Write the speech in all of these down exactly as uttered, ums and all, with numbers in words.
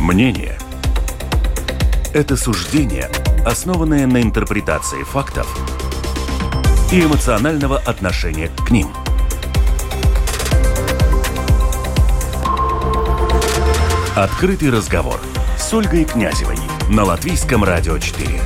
Мнение – это суждение, основанное на интерпретации фактов и эмоционального отношения к ним. Открытый разговор с Ольгой Князевой на Латвийском радио четыре.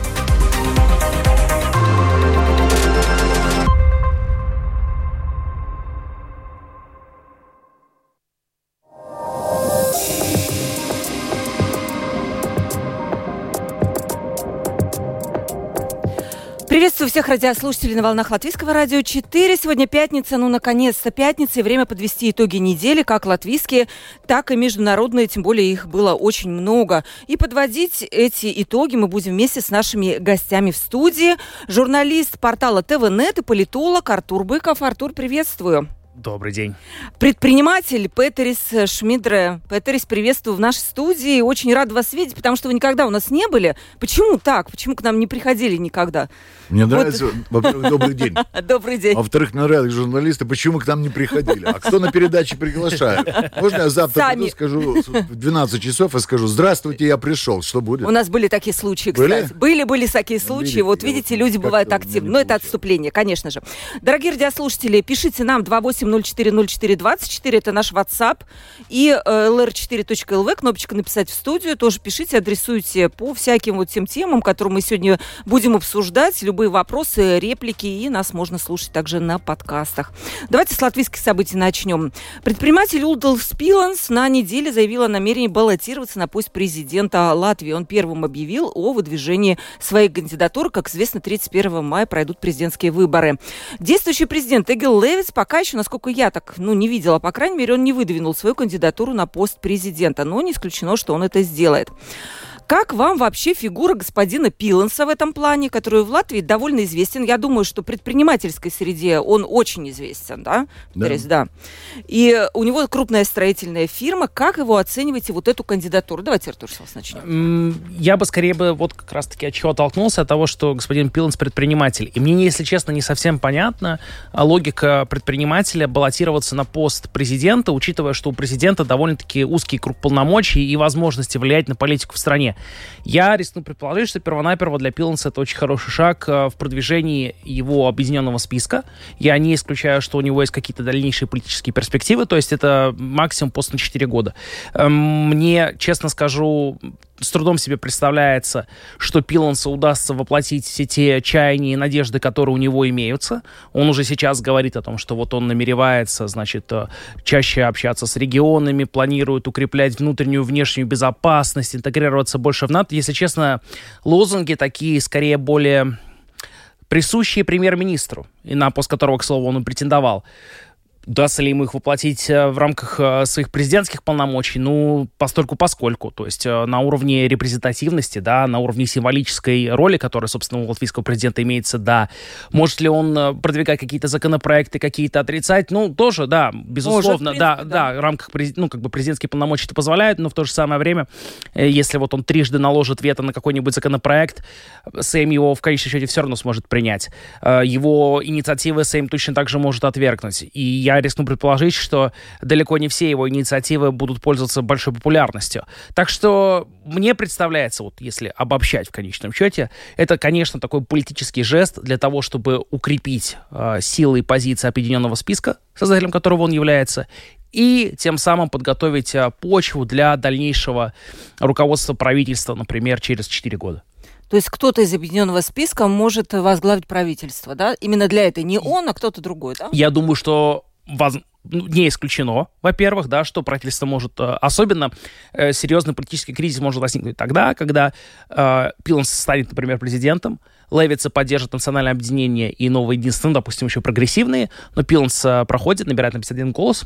Приветствую всех радиослушателей на волнах Латвийского радио четыре. Сегодня пятница, ну, наконец-то пятница, и время подвести итоги недели, как латвийские, так и международные, тем более их было очень много. И подводить эти итоги мы будем вместе с нашими гостями в студии. Журналист портала ТВ.нет и политолог Артур Быков. Артур, приветствую. Добрый день. Предприниматель Петерис Шмидре. Петерис, приветствую в нашей студии. Очень рад вас видеть, потому что вы никогда у нас не были. Почему так? Почему к нам не приходили никогда? Мне вот. нравится, во-первых, добрый день. Добрый день. А во-вторых, мне нравятся журналисты, почему к нам не приходили. А кто на передаче приглашает? Можно я завтра Сами. приду, скажу в двенадцать часов и скажу: здравствуйте, я пришел. Что будет? У нас были такие случаи, кстати. Были? Были-были такие случаи. Видите, вот я видите, вот люди бывают как-то активны. не Но это получилось. отступление, конечно же. Дорогие радиослушатели, пишите нам два восемь ноль четыре ноль четыре двадцать четыре, это наш WhatsApp. И э, эл эр четыре точка эл ви, кнопочка «Написать в студию». Тоже пишите, адресуйте по всяким вот тем темам, которые мы сегодня будем обсуждать. Любые вопросы, реплики, и нас можно слушать также на подкастах. Давайте с латвийских событий начнем. Предприниматель Улдалс Пиланс на неделе заявил о намерении баллотироваться на пост президента Латвии. Он первым объявил о выдвижении своей кандидатуры. Как известно, тридцать первого мая пройдут президентские выборы. Действующий президент Эгил Левитс пока еще, насколько я так, ну, не видела, по крайней мере, он не выдвинул свою кандидатуру на пост президента, но не исключено, что он это сделает. Как вам вообще фигура господина Пиланса в этом плане, который в Латвии довольно известен? Я думаю, что в предпринимательской среде он очень известен, да? Да. То есть, да. И у него крупная строительная фирма. Как его оцениваете, вот эту кандидатуру? Давайте, Артур, с вас начнем. Я бы скорее бы вот как раз-таки от чего оттолкнулся, от того, что господин Пиланс предприниматель. И мне, если честно, не совсем понятна логика предпринимателя баллотироваться на пост президента, учитывая, что у президента довольно-таки узкий круг полномочий и возможности влиять на политику в стране. Я рискну предположить, что первонаперво для Пиланса это очень хороший шаг в продвижении его объединенного списка. Я не исключаю, что у него есть какие-то дальнейшие политические перспективы, то есть это максимум пост на четыре года. Мне, честно скажу, с трудом себе представляется, что Пилансу удастся воплотить все те чаяния и надежды, которые у него имеются. Он уже сейчас говорит о том, что вот он намеревается, значит, чаще общаться с регионами, планирует укреплять внутреннюю и внешнюю безопасность, интегрироваться больше в НАТО. Если честно, лозунги такие, скорее, более присущие премьер-министру, и на пост которого, к слову, он и претендовал. Удастся ли ему их воплотить в рамках своих президентских полномочий? Ну, постольку-поскольку. То есть на уровне репрезентативности, да, на уровне символической роли, которая, собственно, у латвийского президента имеется, да. Может ли он продвигать какие-то законопроекты, какие-то отрицать? Ну, тоже, да, безусловно. Может, принципе, да, да, да, в рамках, ну, как бы президентские полномочия это позволяют, но в то же самое время, если вот он трижды наложит вето на какой-нибудь законопроект, Сейм его в конечном счете все равно сможет принять. Его инициативы Сейм точно так же может отвергнуть. И я рискну предположить, что далеко не все его инициативы будут пользоваться большой популярностью. Так что мне представляется, вот если обобщать в конечном счете, это, конечно, такой политический жест для того, чтобы укрепить э, силы и позиции объединенного списка, создателем которого он является, и тем самым подготовить э, почву для дальнейшего руководства правительства, например, через четыре года. То есть кто-то из объединенного списка может возглавить правительство, да? Именно для этой не он, а кто-то другой, да? Я думаю, что воз... не исключено, во-первых, да, что правительство может... Особенно э, серьезный политический кризис может возникнуть тогда, когда э, Пиланс станет, например, президентом, Левитса поддержит национальное объединение и новое единство, ну, допустим, еще прогрессивные, но Пиланс э, проходит, набирает на пятьдесят один голос.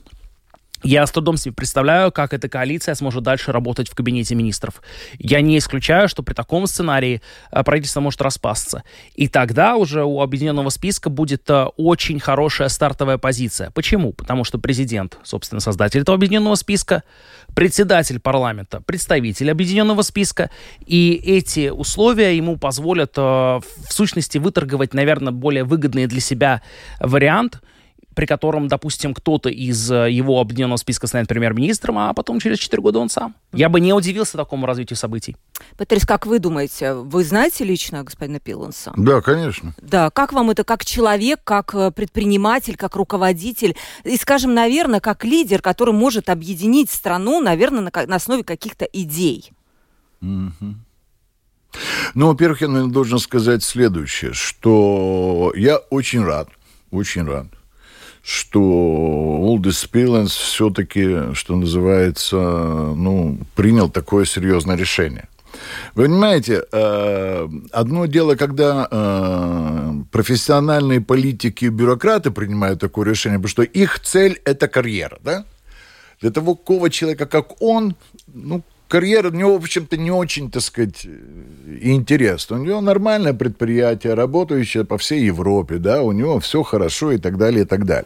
Я с трудом себе представляю, как эта коалиция сможет дальше работать в кабинете министров. Я не исключаю, что при таком сценарии правительство может распасться. И тогда уже у объединенного списка будет очень хорошая стартовая позиция. Почему? Потому что президент, собственно, создатель этого объединенного списка, председатель парламента, представитель объединенного списка, и эти условия ему позволят в сущности выторговать, наверное, более выгодный для себя вариант. при котором, допустим, кто-то из его объединенного списка станет премьер-министром, а потом через четыре года он сам. Я бы не удивился такому развитию событий. Патрис, как вы думаете, вы знаете лично господина Пиланса? Да, конечно. Да, как вам это как человек, как предприниматель, как руководитель и, скажем, наверное, как лидер, который может объединить страну, наверное, на, на основе каких-то идей? Mm-hmm. Ну, во-первых, я, наверное, должен сказать следующее, что я очень рад, очень рад, что Улдис Пиланс все-таки, что называется, ну, принял такое серьезное решение. Вы понимаете, одно дело, когда профессиональные политики и бюрократы принимают такое решение, потому что их цель – это карьера, да? Для такого человека, как он, ну, карьера у него, в общем-то, не очень, так сказать, интересна. У него нормальное предприятие, работающее по всей Европе, да, у него все хорошо и так далее, и так далее.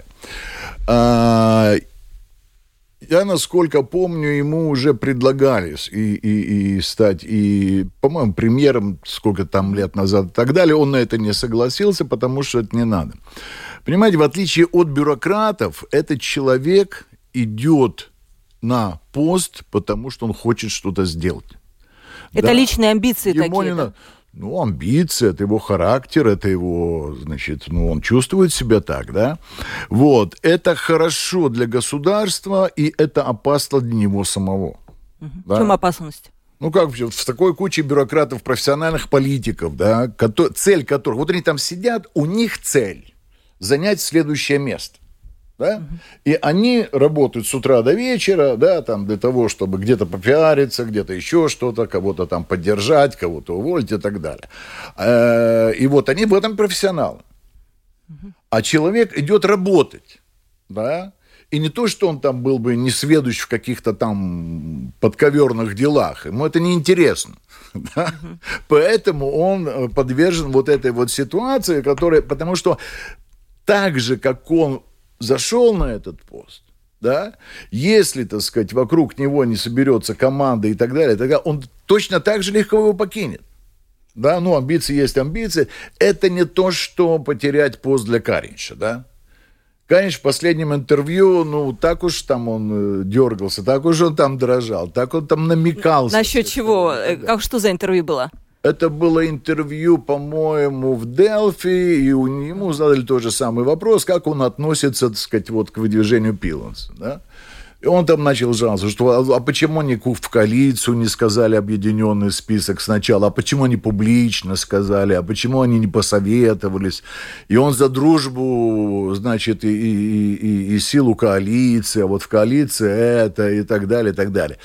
А, я, насколько помню, ему уже предлагали и, и, и стать, и, по-моему, премьером сколько там лет назад и так далее. Он на это не согласился, потому что это не надо. Понимаете, в отличие от бюрократов, этот человек идет на пост, потому что он хочет что-то сделать. Это да? Личные амбиции Ему такие, не да? на... Ну, амбиции, это его характер, это его, значит, ну, он чувствует себя так, да? Вот, это хорошо для государства, и это опасно для него самого. Угу. Да? В чем опасность? Ну, как в такой куче бюрократов, профессиональных политиков, да, ко- цель которых, вот они там сидят, у них цель занять следующее место. Да? Uh-huh. И они работают с утра до вечера, да, там, для того, чтобы где-то попиариться, где-то еще что-то, кого-то там поддержать, кого-то уволить и так далее. И вот они в этом профессионалы. Uh-huh. А человек идет работать, да, и не то, что он там был бы несведущ в каких-то там подковерных делах, ему это неинтересно. Да? Uh-huh. Поэтому он подвержен вот этой вот ситуации, которая, потому что так же, как он зашел на этот пост, да, если, так сказать, вокруг него не соберется команда и так далее, тогда он точно так же легко его покинет. Да, ну, амбиции есть амбиции. Это не то, что потерять пост для Каринча, да. Каринч в последнем интервью, ну, так уж там он дергался, так уж он там дрожал, так он там намекался. Насчет чего? Да. Как, что за интервью было? Это было интервью, по-моему, в Делфи, и у ему задали тот же самый вопрос, как он относится, так сказать, вот к выдвижению Пиланса, да? И он там начал жаловаться, что а, а почему они в коалицию не сказали объединенный список сначала, а почему они публично сказали, а почему они не посоветовались. И он за дружбу, значит, и, и, и, и силу коалиции, а вот в коалиции это и так далее, и так далее.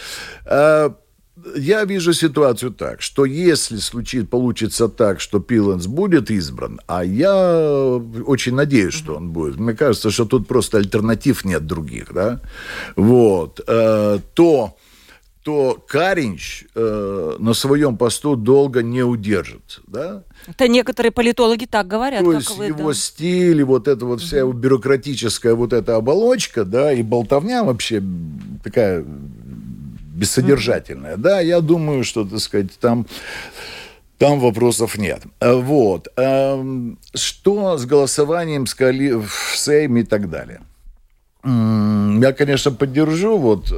Я вижу ситуацию так, что если случится, получится так, что Пиланс будет избран, а я очень надеюсь, что он будет, мне кажется, что тут просто альтернатив нет других, да, вот, э, то, то Каринч э, на своем посту долго не удержит, да. Это некоторые политологи так говорят. То как есть вы, его да. стиль, вот эта вот вся его бюрократическая вот эта оболочка, да, и болтовня вообще такая бессодержательная, mm-hmm. да, я думаю, что, так сказать, там, там вопросов нет. Вот. Что с голосованием в Сейме и так далее? Я, конечно, поддержу вот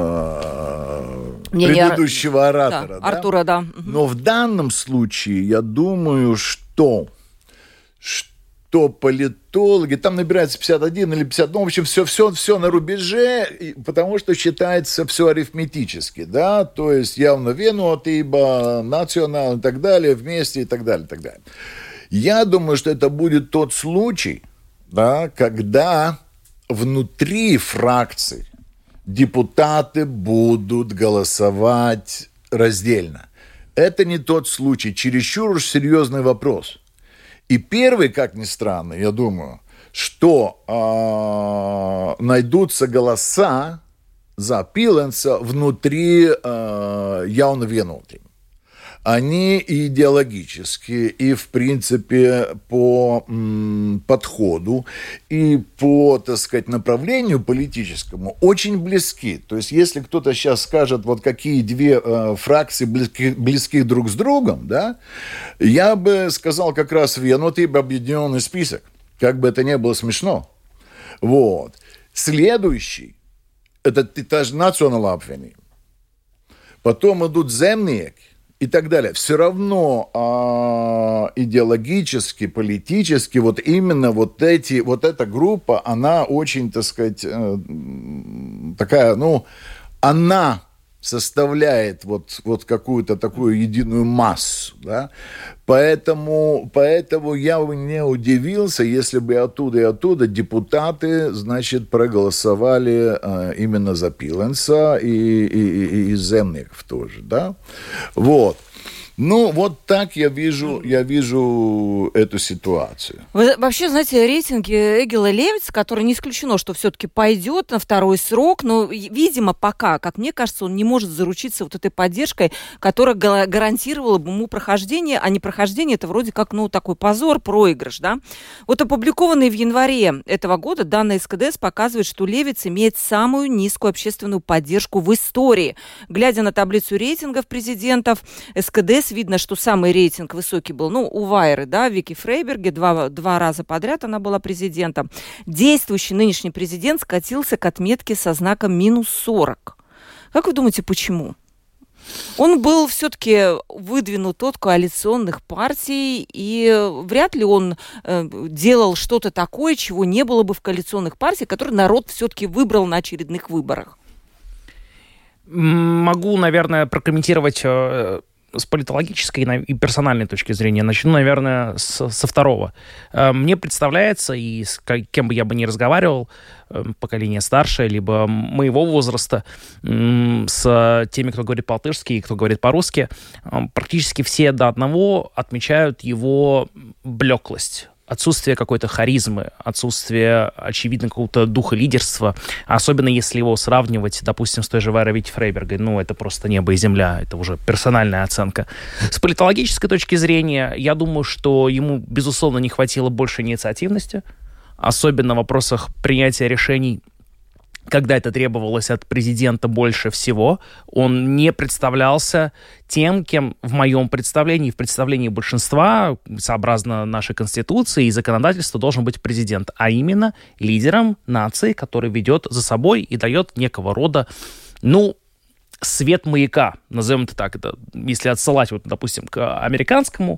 Не, предыдущего не... оратора. Да, да? Артура, да. Но в данном случае я думаю, что, что политологи, там набирается пятьдесят один или пятьдесят, ну, в общем, все, все, все на рубеже, потому что считается все арифметически, да, то есть явно Венуатиба, национал и так далее, вместе и так далее, и так далее. Я думаю, что это будет тот случай, да, когда внутри фракции депутаты будут голосовать раздельно. Это не тот случай, чересчур уж серьезный вопрос. И первый, как ни странно, я думаю, что э, найдутся голоса за Пиланса внутри э, явно Венуатиба. Они и идеологически, и, в принципе, по м, подходу, и по, так сказать, направлению политическому очень близки. То есть, если кто-то сейчас скажет, вот какие две э, фракции близки, близки друг с другом, да, я бы сказал как раз Венуатиба объединенный список, как бы это ни было смешно. Вот. Следующий – это та же национальная обвинение. Потом идут земники и так далее. Все равно а, идеологически, политически вот именно вот, эти, вот эта группа, она очень, так сказать, э, такая, ну, она составляет вот, вот какую-то такую единую массу, да, поэтому, поэтому я бы не удивился, если бы оттуда и оттуда депутаты, значит, проголосовали э, именно за Пиленса и, и, и, и земников тоже, да, вот. Ну, вот так я вижу, я вижу эту ситуацию. Вы, вообще, знаете, рейтинги Эгила Левитса, который не исключено, что все-таки пойдет на второй срок, но, видимо, пока, как мне кажется, он не может заручиться вот этой поддержкой, которая гарантировала бы ему прохождение, а не прохождение, это вроде как, ну, такой позор, проигрыш, да. Вот опубликованные в январе этого года данные эс ка дэ эс показывают, что Левитс имеет самую низкую общественную поддержку в истории. Глядя на таблицу рейтингов президентов эс ка дэ эс, видно, что самый рейтинг высокий был, ну, у Вайры, да, Вики Фрейберге, два, два раза подряд она была президентом. Действующий нынешний президент скатился к отметке со знаком минус сорок. Как вы думаете, почему? Он был все-таки выдвинут от коалиционных партий, и вряд ли он э, делал что-то такое, чего не было бы в коалиционных партиях, которые народ все-таки выбрал на очередных выборах. Могу, наверное, прокомментировать э, с политологической и персональной точки зрения. Начну, наверное, с, со второго. Э, мне представляется, и с кем бы я бы ни разговаривал, э, поколение старшее, либо моего возраста, э, с теми, кто говорит по-латышски и кто говорит по-русски, э, практически все до одного отмечают его блеклость. Отсутствие какой-то харизмы, отсутствие, очевидно, какого-то духа лидерства, особенно если его сравнивать, допустим, с той же Вайрой Вики Фрейбергой, ну, это просто небо и земля, это уже персональная оценка. С политологической точки зрения, я думаю, что ему, безусловно, не хватило больше инициативности, особенно в вопросах принятия решений, когда это требовалось от президента больше всего. Он не представлялся тем, кем в моем представлении, в представлении большинства, сообразно нашей Конституции и законодательству, должен быть президент, а именно лидером нации, который ведет за собой и дает некого рода, ну, свет маяка, назовем это так, это, если отсылать, вот, допустим, к американскому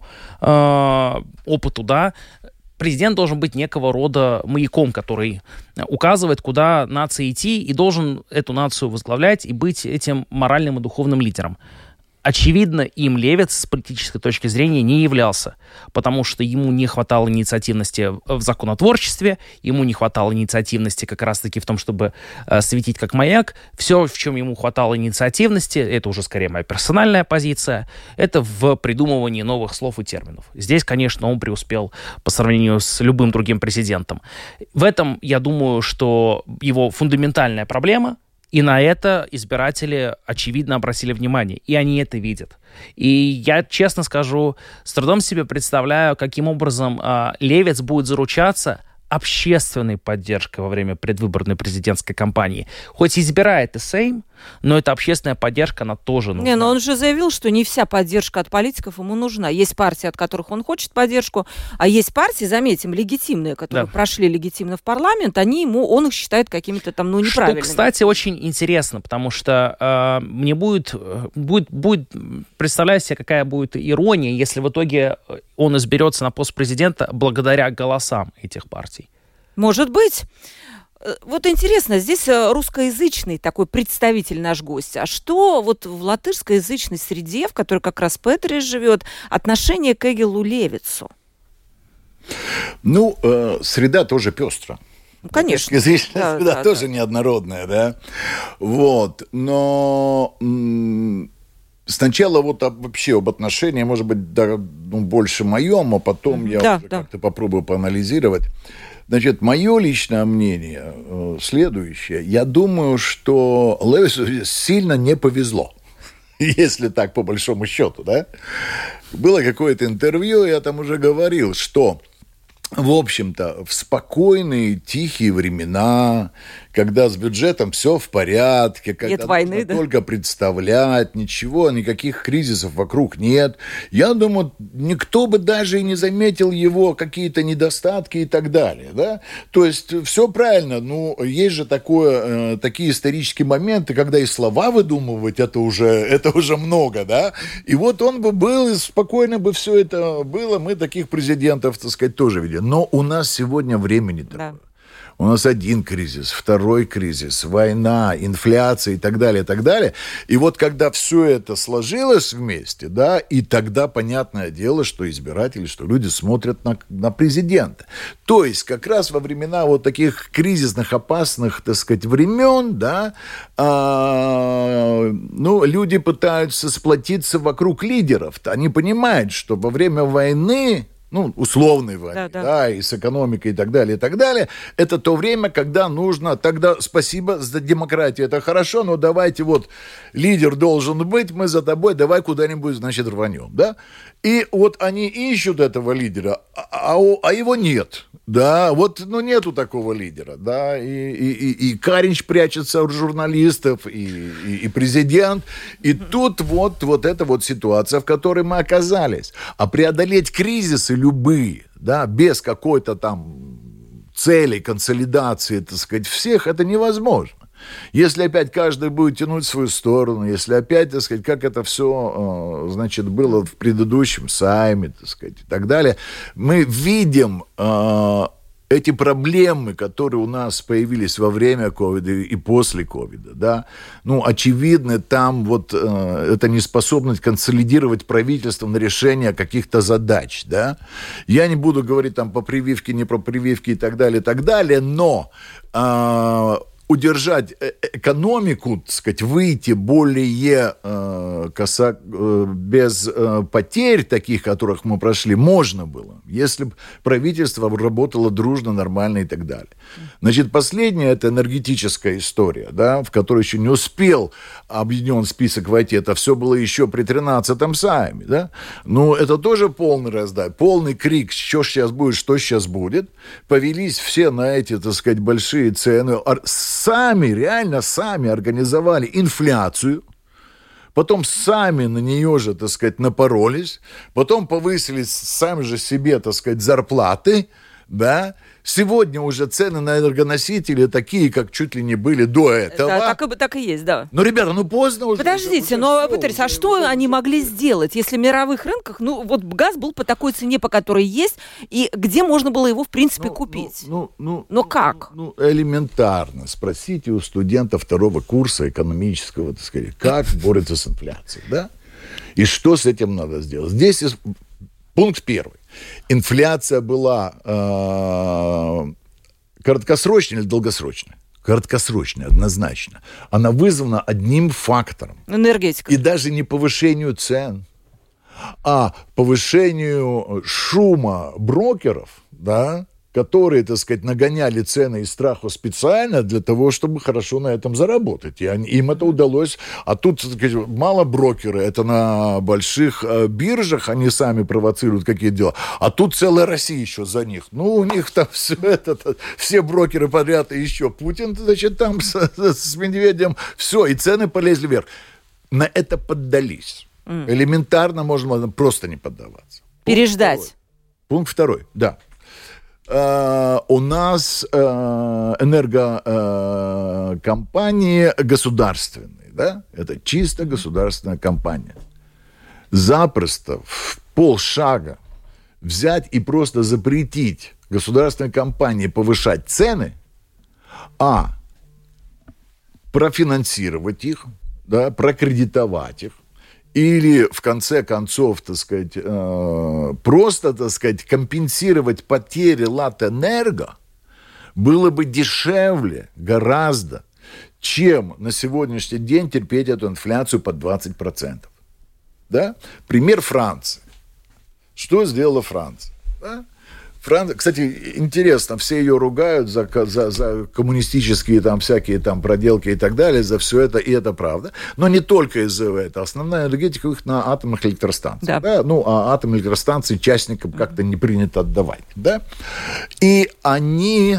э, опыту, да, президент должен быть некого рода маяком, который указывает, куда нации идти, и должен эту нацию возглавлять и быть этим моральным и духовным лидером. Очевидно, им Левитс с политической точки зрения не являлся, потому что ему не хватало инициативности в законотворчестве, ему не хватало инициативности как раз-таки в том, чтобы э, светить как маяк. Все, в чем ему хватало инициативности, это уже скорее моя персональная позиция, это в придумывании новых слов и терминов. Здесь, конечно, он преуспел по сравнению с любым другим президентом. В этом, я думаю, что его фундаментальная проблема. И на это избиратели, очевидно, обратили внимание. И они это видят. И я, честно скажу, с трудом себе представляю, каким образом э, Левитс будет заручаться общественной поддержкой во время предвыборной президентской кампании. Хоть избирает и Сейм, но эта общественная поддержка, она тоже нужна. Не, но он же заявил, что не вся поддержка от политиков ему нужна. Есть партии, от которых он хочет поддержку, а есть партии, заметим, легитимные, которые да. прошли легитимно в парламент, они ему, он их считает какими-то там, ну, неправильными. Что, кстати, очень интересно, потому что э, мне будет, будет, будет, представляю себе, какая будет ирония, если в итоге он изберется на пост президента благодаря голосам этих партий. Может быть. Вот интересно, здесь русскоязычный такой представитель наш гость. А что вот в латышскоязычной среде, в которой как раз Петрис живет, отношение к Эгилу Левитсу? Ну, э, среда тоже пестра. Ну, конечно. Язычная да, среда да, тоже да. неоднородная, да. Вот. Но м- сначала вот об, вообще об отношении, может быть, да, ну, больше моем, а потом я да, уже да. как-то попробую поанализировать. Значит, мое личное мнение э, следующее. Я думаю, что Левитсу сильно не повезло, если так по большому счету, да. Было какое-то интервью, я там уже говорил, что в общем-то, в спокойные, тихие времена, когда с бюджетом все в порядке, когда нет войны, да? только представлять, ничего, никаких кризисов вокруг нет. Я думаю, никто бы даже и не заметил его какие-то недостатки и так далее, да? То есть все правильно, ну, есть же такое, э, такие исторические моменты, когда и слова выдумывать, это уже, это уже много, да? И вот он бы был, и спокойно бы все это было, мы таких президентов, так сказать, тоже видели. Но у нас сегодня времени такое. Да. У нас один кризис, второй кризис, война, инфляция и так далее, и так далее. И вот когда все это сложилось вместе, да, и тогда понятное дело, что избиратели, что люди смотрят на, на президента. То есть как раз во времена вот таких кризисных, опасных, так сказать, времен, да, а, ну, люди пытаются сплотиться вокруг лидеров. Они понимают, что во время войны, ну, условной войны, да, да. да, и с экономикой и так далее, и так далее, это то время, когда нужно, тогда спасибо за демократию, это хорошо, но давайте вот, лидер должен быть, мы за тобой, давай куда-нибудь, значит, рванем, да? И вот они ищут этого лидера, а, а, а его нет, да, вот, ну, нету такого лидера, да, и, и, и, и Каринч прячется от журналистов, и, и, и президент, и тут вот, вот эта вот ситуация, в которой мы оказались. А преодолеть кризисы любые, да, без какой-то там цели, консолидации, так сказать, всех, это невозможно. Если опять каждый будет тянуть в свою сторону, если опять, так сказать, как это все, значит, было в предыдущем сайме, так сказать, и так далее, мы видим эти проблемы, которые у нас появились во время ковида и после ковида, да, ну, очевидно, там вот э, это неспособность консолидировать правительство на решение каких-то задач, да. Я не буду говорить там по прививке, не про прививки и так далее, и так далее, но э, удержать экономику, так сказать, выйти более э, коса, э, без э, потерь таких, которых мы прошли, можно было, если бы правительство работало дружно, нормально и так далее. Значит, последняя – это энергетическая история, да, в которой еще не успел объединенный список войти. Это все было еще при тринадцатом сайме, да. Ну, это тоже полный раздай, полный крик, что сейчас будет, что сейчас будет. Повелись все на эти, так сказать, большие цены. Сами, реально сами организовали инфляцию, потом сами на нее же, так сказать, напоролись, потом повысили сами же себе, так сказать, зарплаты, да. Сегодня уже цены на энергоносители такие, как чуть ли не были до этого. Да, так и, так и есть, да. Ну, ребята, ну поздно уже. Подождите, уже, но, уже Петрис, все, а что уже, они уже, могли уже. сделать, если в мировых рынках, ну, вот газ был по такой цене, по которой есть, и где можно было его, в принципе, ну, купить? Ну, ну, но ну, как? Ну, элементарно. Спросите у студента второго курса экономического, так сказать, как борется с инфляцией, да? И что с этим надо сделать? Здесь пункт первый. Инфляция была э, короткосрочная или долгосрочная? Краткосрочная, однозначно. Она вызвана одним фактором. Энергетика. И даже не повышению цен, а повышению шума брокеров, да, которые, так сказать, нагоняли цены и страху специально для того, чтобы хорошо на этом заработать. И они, им это удалось. А тут, так сказать, мало брокеры, это на больших э, биржах они сами провоцируют какие-то дела. А тут целая Россия еще за них. Ну, у них там все это, все брокеры подряд, и еще Путин, значит, там с, с Медведем. Все, и цены полезли вверх. На это поддались. Mm. Элементарно можно просто не поддаваться. Переждать. Пункт второй, Пункт второй да. Uh, у нас uh, энергокомпании uh, государственные, да? Это чисто государственная компания. Запросто в полшага взять и просто запретить государственной компании повышать цены, а профинансировать их, да, прокредитовать их, или, в конце концов, так сказать, э, просто, так сказать, компенсировать потери Латэнерго было бы дешевле гораздо, чем на сегодняшний день терпеть эту инфляцию под двадцать процентов. Да? Пример Франции. Что сделала Франция? Да? Фран... Кстати, интересно, все ее ругают за, за, за коммунистические там всякие там проделки и так далее, за все это, и это правда. Но не только из-за этого. Основная энергетика их на атомных электростанциях. Да. Да? Ну, а атомные электростанции частникам как-то не принято отдавать. Да? И они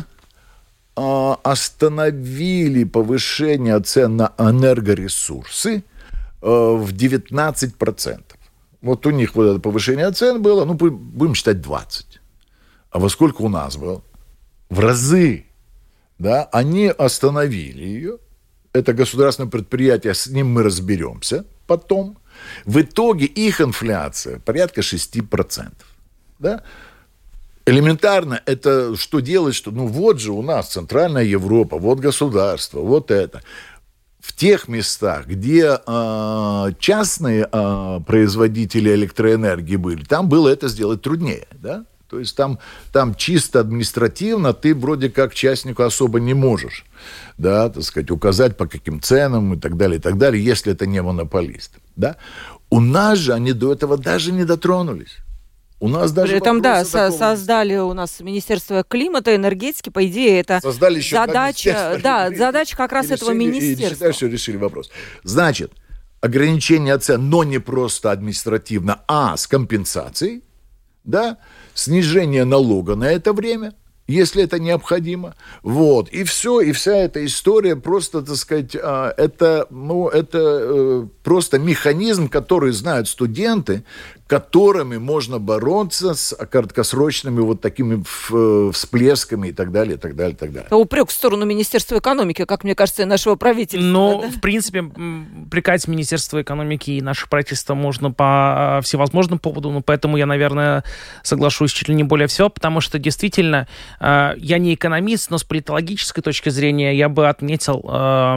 а, остановили повышение цен на энергоресурсы а, в девятнадцать процентов. Вот у них вот это повышение цен было, ну, будем считать двадцать. А во сколько у нас было? В разы. Да? Они остановили ее. Это государственное предприятие, с ним мы разберемся потом. В итоге их инфляция порядка шесть процентов. Да? Элементарно это что делать? Что, ну вот же у нас Центральная Европа, вот государство, вот это. В тех местах, где э, частные э, производители электроэнергии были, там было это сделать труднее, да? То есть там, там чисто административно ты вроде как частнику особо не можешь, да, так сказать, указать по каким ценам и так далее, и так далее, если это не монополист, да. У нас же они до этого даже не дотронулись. У нас даже При этом, да, со- создали у нас Министерство климата, энергетики, по идее, это создали еще задача, да, задача как раз и этого решили, министерства. И считаю, что решили вопрос. Значит, ограничение цен, но не просто административно, а с компенсацией, да, снижение налога на это время, если это необходимо. Вот. И все, и вся эта история просто, так сказать, это, ну, это просто механизм, который знают студенты, которыми можно бороться с краткосрочными вот такими всплесками и так далее, и так далее, и так далее. Это упрек в сторону Министерства экономики, как мне кажется, и нашего правительства. Но, да? в принципе, упрекать Министерство экономики и наше правительство можно по всевозможным поводам, но поэтому я, наверное, соглашусь чуть ли не более всего, потому что действительно я не экономист, но с политологической точки зрения я бы отметил...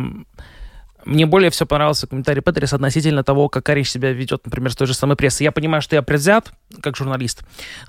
Мне более всего понравился комментарий Петерис относительно того, как Каринч себя ведет, например, с той же самой прессой. Я понимаю, что я предвзят, как журналист,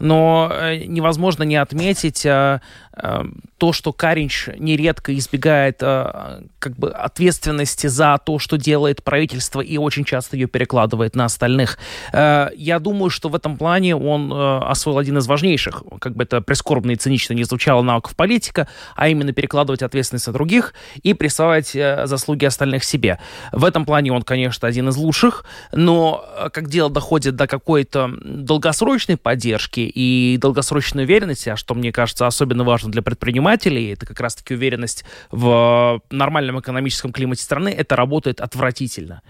но невозможно не отметить э, э, то, что Каринч нередко избегает э, как бы ответственности за то, что делает правительство, и очень часто ее перекладывает на остальных. Э, я думаю, что в этом плане он э, освоил один из важнейших, как бы это прискорбно и цинично не звучало, навыков политика, а именно перекладывать ответственность на других и присваивать э, заслуги остальных себе. В этом плане он, конечно, один из лучших, но как дело доходит до какой-то долгосрочной поддержки и долгосрочной уверенности, а что, мне кажется, особенно важно для предпринимателей, это как раз-таки уверенность в нормальном экономическом климате страны, это работает отвратительно.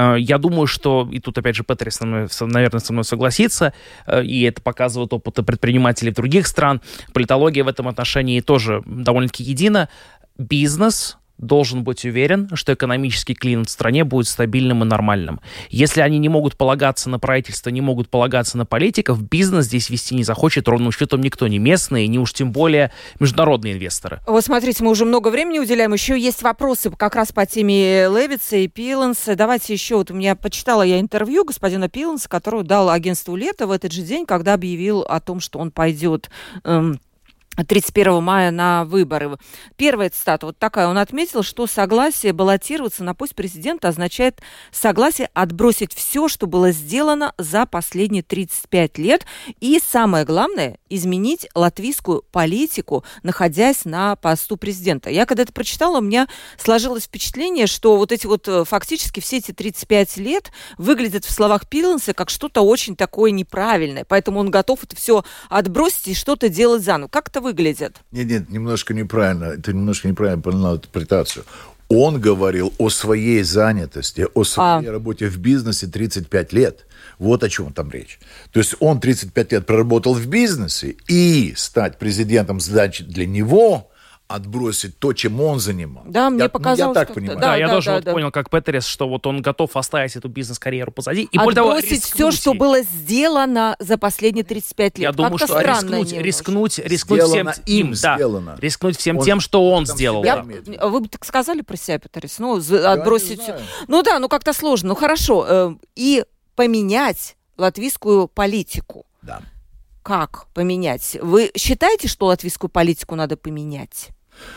Я думаю, что, и тут опять же Петерис, наверное, со мной согласится, и это показывает опыты предпринимателей других стран, политология в этом отношении тоже довольно-таки едина. Бизнес должен быть уверен, что экономический климат в стране будет стабильным и нормальным. Если они не могут полагаться на правительство, не могут полагаться на политиков, бизнес здесь вести не захочет ровным счетом никто, ни местные, ни уж тем более международные инвесторы. Вот смотрите, мы уже много времени уделяем. Еще есть вопросы как раз по теме Левитса и Пиленса. Давайте еще, вот у меня почитала я интервью господина Пиленса, которое дал агентству «Лето» в этот же день, когда объявил о том, что он пойдет... Эм, тридцать первого мая на выборы. Первая цитата вот такая. Он отметил, что согласие баллотироваться на пост президента означает согласие отбросить все, что было сделано за последние тридцать пять лет. И самое главное, изменить латвийскую политику, находясь на посту президента. Я когда это прочитала, у меня сложилось впечатление, что вот эти вот фактически все эти тридцать пять лет выглядят в словах Пиленса как что-то очень такое неправильное. Поэтому он готов это все отбросить и что-то делать заново. Как это выглядит? Нет, нет, немножко неправильно. Это немножко неправильно поняла интерпретацию. Он говорил о своей занятости, о своей а. работе в бизнесе тридцать пять лет. Вот о чем там речь. То есть он тридцать пять лет проработал в бизнесе, и стать президентом задача для него отбросить то, чем он занимался. Да, мне я, показалось. Я так понимаю. Да, да, я да, тоже да, вот да. понял, как Петерис, что вот он готов оставить эту бизнес-карьеру позади. И отбросить все, что было сделано за последние тридцать пять лет. Я думаю, как-то что рискнуть, рискнуть, рискнуть всем им, да, рискнуть всем он, тем, что он сделал. Я, да. Вы бы так сказали про себя, Петерис? Ну, я отбросить все. Ну да, ну как-то сложно. Ну хорошо. Э, и поменять латвийскую политику. Да. Как поменять? Вы считаете, что латвийскую политику надо поменять?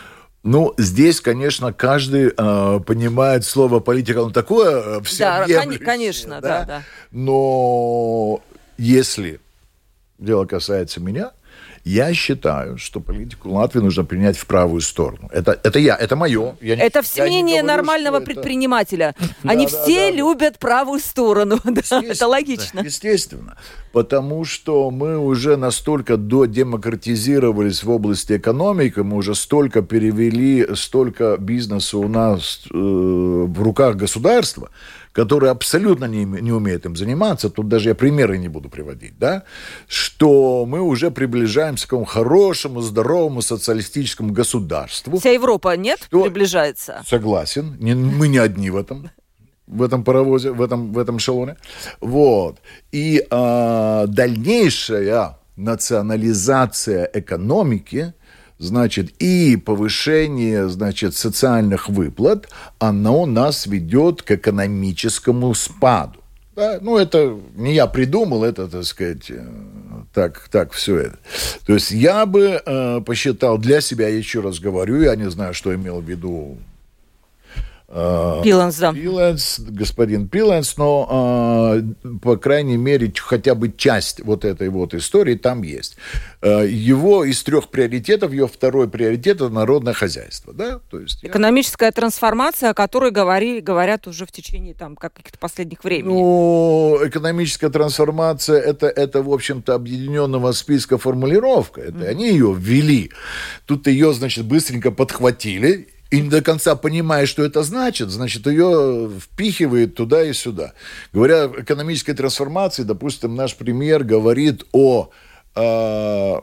Ну, здесь, конечно, каждый э, понимает слово политика, оно такое э, всеобъемлющее. Да, конечно, да? Да, да. Но если дело касается меня, Я считаю, что политику Латвии нужно принять в правую сторону. Это, это я, это мое. Я не, это все мнение говорю, нормального это... предпринимателя. Они да, все да, любят правую сторону. Да, это логично. Естественно. Потому что мы уже настолько додемократизировались в области экономики, мы уже столько перевели, столько бизнеса у нас э, в руках государства, который абсолютно не, не умеет им заниматься, тут даже я примеры не буду приводить, да, что мы уже приближаемся к такому хорошему, здоровому социалистическому государству. Вся Европа, нет, что... приближается? Согласен, не, мы не одни в этом. В этом паровозе, в этом, в этом эшелоне. Вот. И э, дальнейшая национализация экономики, значит, и повышение, значит, социальных выплат, оно нас ведет к экономическому спаду. Да? Ну, это не я придумал, это, так сказать, так, так все это. То есть я бы э, посчитал для себя, еще раз говорю, я не знаю, что имел в виду Пиленс, да. Пиленс, господин Пиленс, но, э, по крайней мере, хотя бы часть вот этой вот истории там есть. Э, его из трех приоритетов, его второй приоритет – это народное хозяйство. Да? То есть, экономическая я... трансформация, о которой говори, говорят уже в течение там, каких-то последних времени. Ну, экономическая трансформация – это, это, в общем-то, объединенного списка формулировка. Это mm-hmm. они ее ввели. Тут ее, значит, быстренько подхватили, и не до конца понимая, что это значит, значит, ее впихивает туда и сюда. Говоря о экономической трансформации, допустим, наш премьер говорит о, э,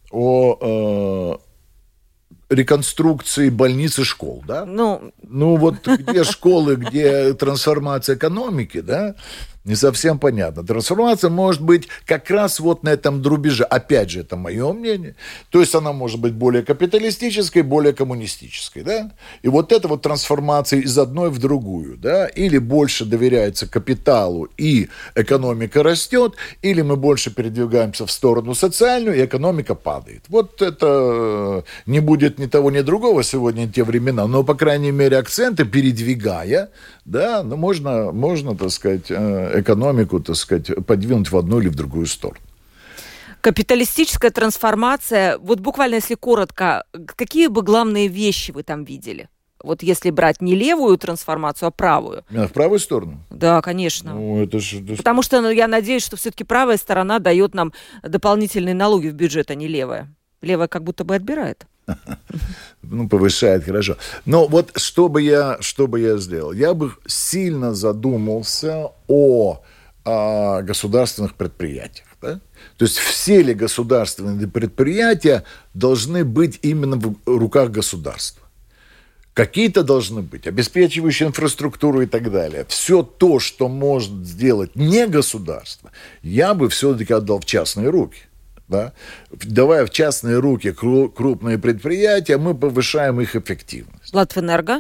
о э, реконструкции больниц и школ, да? Ну, ну вот где школы, где трансформация экономики, да? Не совсем понятно. Трансформация может быть как раз вот на этом рубеже. Опять же, это мое мнение. То есть она может быть более капиталистической, более коммунистической. Да? И вот эта вот трансформация из одной в другую. Да? Или больше доверяется капиталу, и экономика растет, или мы больше передвигаемся в сторону социальную, и экономика падает. Вот это не будет ни того, ни другого сегодня, те времена. Но, по крайней мере, акценты передвигая, да, ну, можно, можно, так сказать, экономику, так сказать, подвинуть в одну или в другую сторону. Капиталистическая трансформация, вот буквально, если коротко, какие бы главные вещи вы там видели? Вот если брать не левую трансформацию, а правую. В правую сторону? Да, конечно. Ну, это ж, это ж... Потому что, ну, я надеюсь, что все-таки правая сторона дает нам дополнительные налоги в бюджет, а не левая. Левая как будто бы отбирает. Ну, повышает, хорошо. Но вот что бы я, что бы я сделал? Я бы сильно задумался о, о государственных предприятиях. Да? То есть все ли государственные предприятия должны быть именно в руках государства? Какие-то должны быть, обеспечивающие инфраструктуру и так далее. Все то, что может сделать не государство, я бы все-таки отдал в частные руки. Да? Давая в частные руки крупные предприятия, мы повышаем их эффективность. Латвэнерго?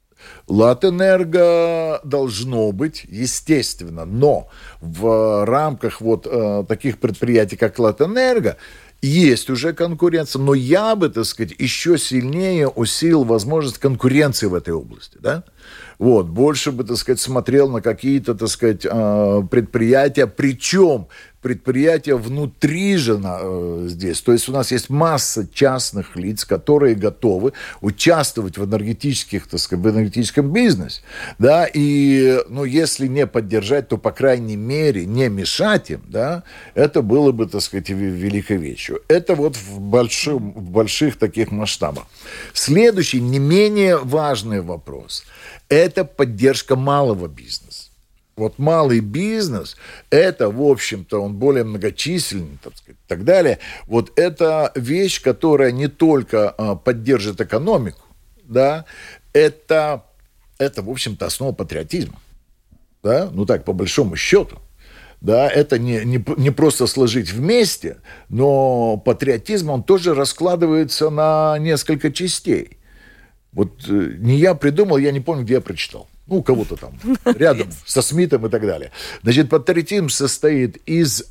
Латэнерго должно быть, естественно, но в рамках вот э, таких предприятий, как Латэнерго, есть уже конкуренция, но я бы, так сказать, еще сильнее усилил возможность конкуренции в этой области, да? Вот, больше бы, так сказать, смотрел на какие-то, так сказать, предприятия, причем предприятия внутри же э, здесь. То есть у нас есть масса частных лиц, которые готовы участвовать в энергетических, так сказать, в энергетическом бизнесе, да, и, ну, если не поддержать, то, по крайней мере, не мешать им, да, это было бы, так сказать, великой вещью. Это вот в, большом, в больших таких масштабах. Следующий, не менее важный вопрос – это поддержка малого бизнеса. Вот малый бизнес, это, в общем-то, он более многочисленный, так сказать, и так далее. Вот это вещь, которая не только а, поддержит экономику, да, это, это, в общем-то, основа патриотизма, да, ну так, по большому счету. Да, это не, не, не просто сложить вместе, но патриотизм, он тоже раскладывается на несколько частей. Вот э, не я придумал, я не помню, где я прочитал. Ну, у кого-то там, рядом со Смитом и так далее. Значит, патриотизм состоит из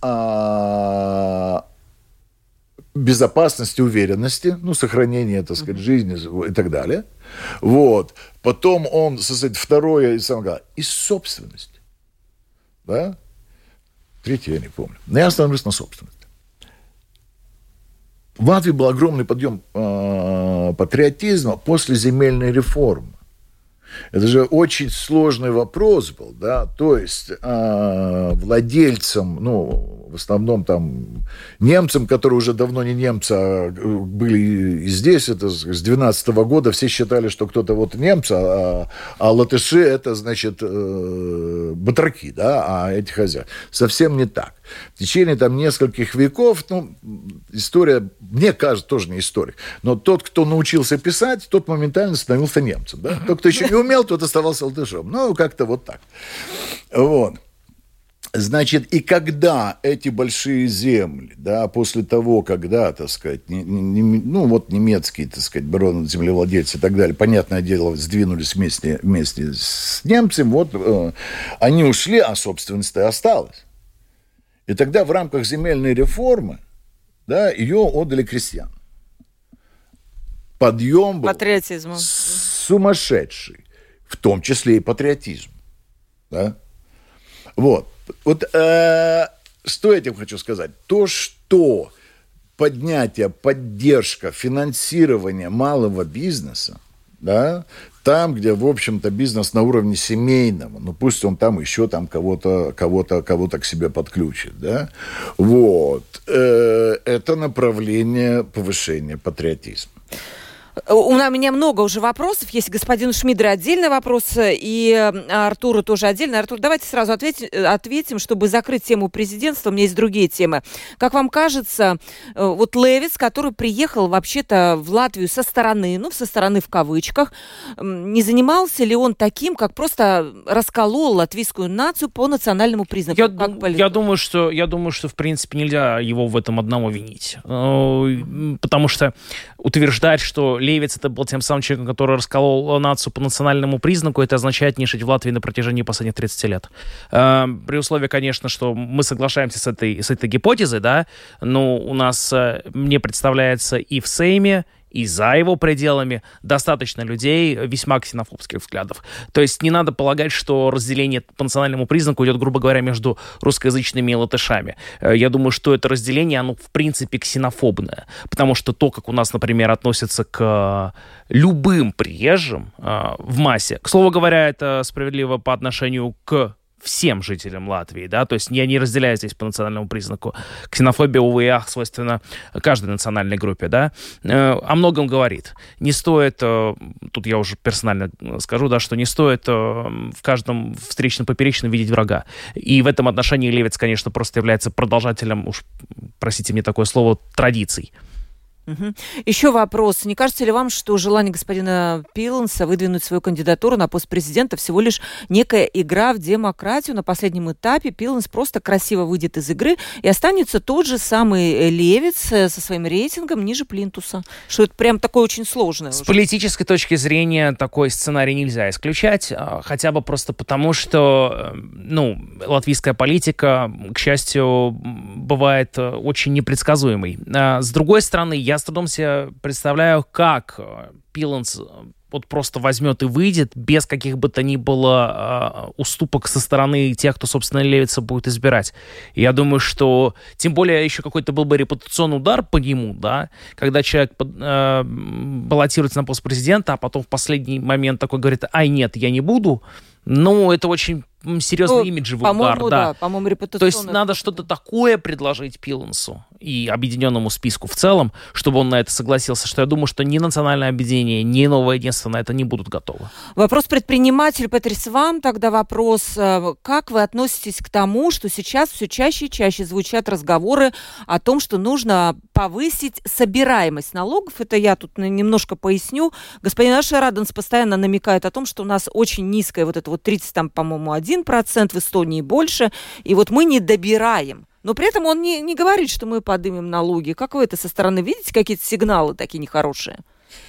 а, безопасности, уверенности, ну, сохранения, так сказать, жизни и так далее. Вот. Потом он состоит, второе, и самое главное, из собственности. Да? Третье я не помню. Но я остановлюсь на собственности. в Латвии был огромный подъем э, патриотизма после земельной реформы. Это же очень сложный вопрос был, да, то есть э, владельцам, ну, в основном там немцам, которые уже давно не немцы, а были и здесь, это с двенадцатого года все считали, что кто-то вот немцы, а, а латыши это, значит, э, батраки, да, а эти хозяева. Совсем не так. В течение там нескольких веков, ну, история, мне кажется, тоже не историк, но тот, кто научился писать, тот моментально становился немцем, да, тот, кто еще не умел, тот оставался латышом. Ну, как-то вот так. Вот. Значит, и когда эти большие земли, да, после того, когда, так сказать, не, не, ну, вот немецкие, так сказать, бароны-землевладельцы и так далее, понятное дело, сдвинулись вместе, вместе с немцем, вот, э, они ушли, а собственность-то осталась. И тогда в рамках земельной реформы, да, ее отдали крестьянам. Подъем был патриотизм сумасшедший, в том числе и патриотизм, да. Вот. Вот э, что я этим хочу сказать? То, что поднятие, поддержка, финансирование малого бизнеса, да, там, где, в общем-то, бизнес на уровне семейного, ну, пусть он там еще там кого-то, кого-то, кого-то к себе подключит, да, вот, э, это направление повышения патриотизма. У меня много уже вопросов. Есть господину Шмидеру отдельный вопрос, и Артуру тоже отдельно. Артур, давайте сразу ответь, ответим, чтобы закрыть тему президентства. У меня есть другие темы. Как вам кажется, вот Левис, который приехал вообще-то в Латвию со стороны, ну, со стороны в кавычках, не занимался ли он таким, как просто расколол латвийскую нацию по национальному признаку? Я, как я, думаю, что, я думаю, что, в принципе, нельзя его в этом одного винить. Потому что утверждать, что Левиц это был тем самым человеком, который расколол нацию по национальному признаку, это означает не жить в Латвии на протяжении последних тридцати лет. Э, при условии, конечно, что мы соглашаемся с этой, с этой гипотезой, да, но у нас, э, мне представляется, и в Сейме, и за его пределами достаточно людей весьма ксенофобских взглядов. То есть не надо полагать, что разделение по национальному признаку идет, грубо говоря, между русскоязычными и латышами. Я думаю, что это разделение, оно в принципе ксенофобное. Потому что то, как у нас, например, относятся к любым приезжим в массе, к слову говоря, это справедливо по отношению к всем жителям Латвии, да, то есть я не разделяю здесь по национальному признаку. Ксенофобия, увы и ах, свойственна каждой национальной группе, да, о многом говорит. Не стоит, тут я уже персонально скажу, да, что не стоит в каждом встречном поперечном видеть врага. И в этом отношении Левиц, конечно, просто является продолжателем, уж простите мне такое слово, традиций. Угу. Еще вопрос. Не кажется ли вам, что желание господина Пиланса выдвинуть свою кандидатуру на пост президента всего лишь некая игра в демократию? На последнем этапе Пиланс просто красиво выйдет из игры и останется тот же самый Левиц со своим рейтингом ниже плинтуса. Что это прям такое очень сложное. С уже. политической точки зрения такой сценарий нельзя исключать, хотя бы просто потому, что, ну, латвийская политика, к счастью, бывает очень непредсказуемой. С другой стороны, я с трудом себе представляю, как Пиланс вот просто возьмет и выйдет без каких бы то ни было э, уступок со стороны тех, кто, собственно, Левица будет избирать. И я думаю, что тем более еще какой-то был бы репутационный удар по нему, да, когда человек э, баллотируется на пост президента, а потом в последний момент такой говорит: ай, нет, я не буду. Ну, это очень серьезный ну, имиджевый удар, да. да. По-моему, репутационный. То есть надо что-то такое предложить Пилансу и объединенному списку в целом, чтобы он на это согласился, что я думаю, что ни национальное объединение, ни новое единство на это не будут готовы. Вопрос предпринимателю, Петрис, вам тогда вопрос. Как вы относитесь к тому, что сейчас все чаще и чаще звучат разговоры о том, что нужно повысить собираемость налогов? Это я тут немножко поясню. Господин Ашер Раденс постоянно намекает о том, что у нас очень низкая вот это вот тридцать, там, по-моему, один процент, в Эстонии больше, и вот мы не добираем. Но при этом он не, не говорит, что мы поднимем налоги. Как вы это со стороны видите, какие-то сигналы такие нехорошие?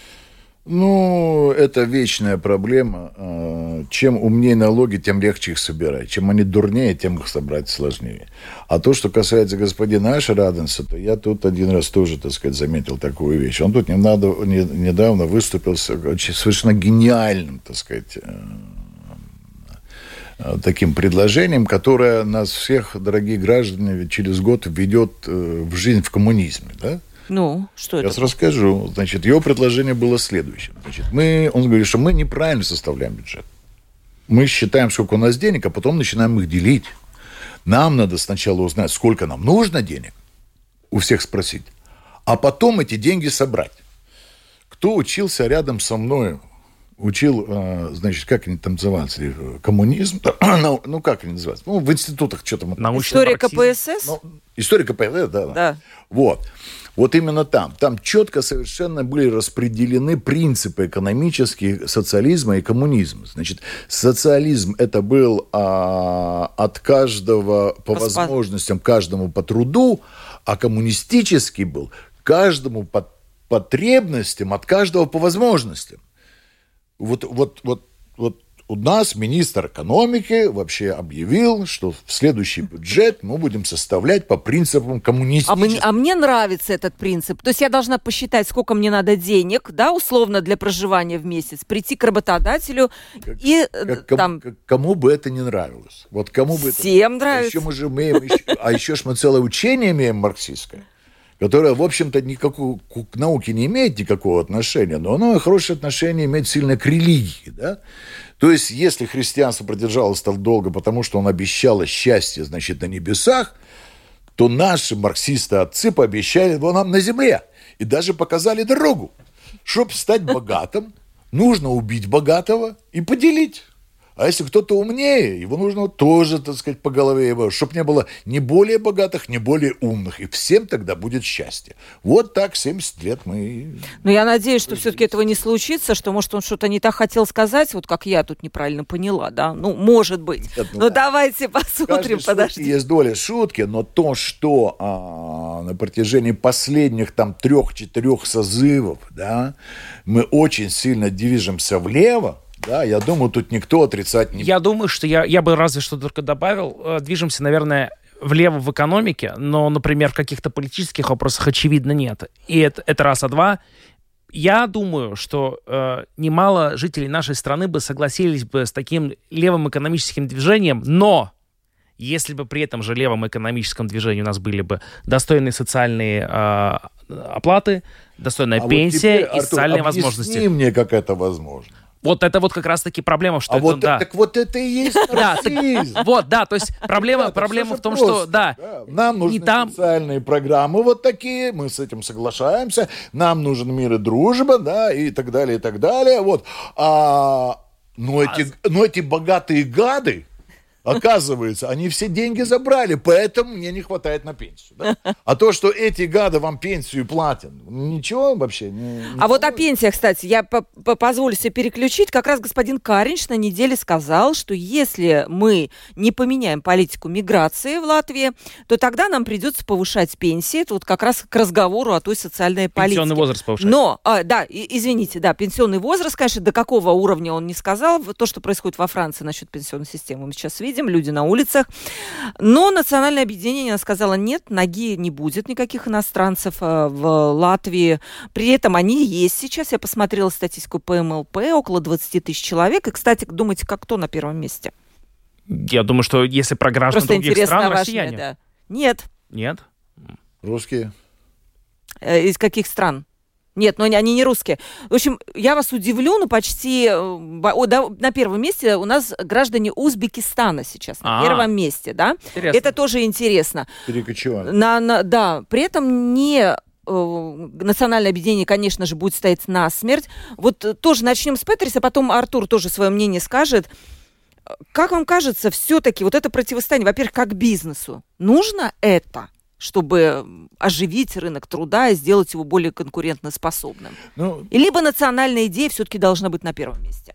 Ну, это вечная проблема. Чем умнее налоги, тем легче их собирать. Чем они дурнее, тем их собрать сложнее. А то, что касается господина Ашера Раденса, то я тут один раз тоже, так сказать, заметил такую вещь. Он тут недавно выступил с совершенно гениальным, так сказать, таким предложением, которое нас всех, дорогие граждане, через год введет в жизнь в коммунизме, да? Ну, что Я это? Сейчас расскажу. Значит, его предложение было следующим. Значит, мы, он говорит, что мы неправильно составляем бюджет. Мы считаем, сколько у нас денег, а потом начинаем их делить. Нам надо сначала узнать, сколько нам нужно денег, у всех спросить, а потом эти деньги собрать. Кто учился рядом со мной, учил, значит, как они там называются, коммунизм, ну, как они называются, ну, в институтах что там. История ка пэ эс эс? Ну, история ка пэ эс эс, да, да. Да. Вот. Вот именно там. Там четко совершенно были распределены принципы экономические социализма и коммунизма. Значит, социализм это был а, от каждого по Поспа... возможностям, каждому по труду, а коммунистический был каждому по потребностям, от каждого по возможностям. Вот, вот, вот, вот у нас министр экономики вообще объявил, что в следующий бюджет мы будем составлять по принципам коммунистических. А, мы, а мне нравится этот принцип. То есть я должна посчитать, сколько мне надо денег, да, условно, для проживания в месяц, прийти к работодателю как, и как, там... Как, кому бы это не нравилось. Вот кому бы Всем это... нравится. А еще мы же имеем, еще, а еще ж мы целое учение имеем марксистское, которое, в общем-то, никакого, к науке не имеет никакого отношения, но оно хорошее отношение имеет сильно к религии, да. То есть, если христианство продержалось так долго, потому что он обещало счастье, значит, на небесах, то наши марксисты-отцы пообещали его нам на земле. И даже показали дорогу. Чтобы стать богатым, нужно убить богатого и поделить. А если кто-то умнее, его нужно тоже, так сказать, по голове его, чтобы не было ни более богатых, ни более умных. И всем тогда будет счастье. Вот так семьдесят лет мы... Но я надеюсь, что все-таки этого не случится, что, может, он что-то не так хотел сказать, вот как я тут неправильно поняла, да? Ну, может быть. Нет, ну, но да. Давайте посмотрим, подождите. Есть доля шутки, но то, что а, на протяжении последних там трех-четырех созывов, да, мы очень сильно движемся влево, да, я думаю, тут никто отрицать не будет. Я думаю, что я, я бы разве что только добавил, движемся, наверное, влево в экономике, но, например, в каких-то политических вопросах, очевидно, нет. И это, это раз, а два, я думаю, что э, немало жителей нашей страны бы согласились бы с таким левым экономическим движением, но если бы при этом же левом экономическом движении у нас были бы достойные социальные э, оплаты, достойная а пенсия вот теперь, и социальные Артур, возможности. Объясни мне, как это возможно. Вот это вот как раз-таки проблема, что а это, вот, да. Так вот это и есть марксизм. Вот, да, то есть проблема, проблема в том, что, да. Нам нужны социальные программы вот такие, мы с этим соглашаемся, нам нужен мир и дружба, да, и так далее, и так далее, вот. Но эти богатые гады, оказывается, они все деньги забрали, поэтому мне не хватает на пенсию. Да? А то, что эти гады вам пенсию платят, ничего вообще не... не а вот о пенсиях, кстати, я позволю себе переключить. Как раз господин Каринч на неделе сказал, что если мы не поменяем политику миграции в Латвии, то тогда нам придется повышать пенсии. Это вот как раз к разговору о той социальной политике. Пенсионный возраст повышать. Но, а, да, и, извините, да, пенсионный возраст, конечно, до какого уровня он не сказал. То, что происходит во Франции насчет пенсионной системы, мы сейчас видим. Люди на улицах. Но национальное объединение сказало, нет, ноги не будет никаких иностранцев в Латвии. При этом они есть сейчас. Я посмотрела статистику по эм эл пэ, около двадцать тысяч человек. И, кстати, думаете, как кто на первом месте? Я думаю, что если про граждан Просто других стран, важное, россияне. Да. Нет. Нет? Русские. Из каких стран? Нет, но они не русские. В общем, я вас удивлю, но почти на первом месте у нас граждане Узбекистана сейчас. На А-а-а. первом месте, да? Интересно. Это тоже интересно. Перекочевали. На, на, да, при этом не... Национальное объединение, конечно же, будет стоять насмерть. Вот тоже начнем с Петриса, потом Артур тоже свое мнение скажет. Как вам кажется, все-таки вот это противостояние, во-первых, как бизнесу, нужно это? Чтобы оживить рынок труда и сделать его более конкурентоспособным? Ну, и либо национальная идея все-таки должна быть на первом месте?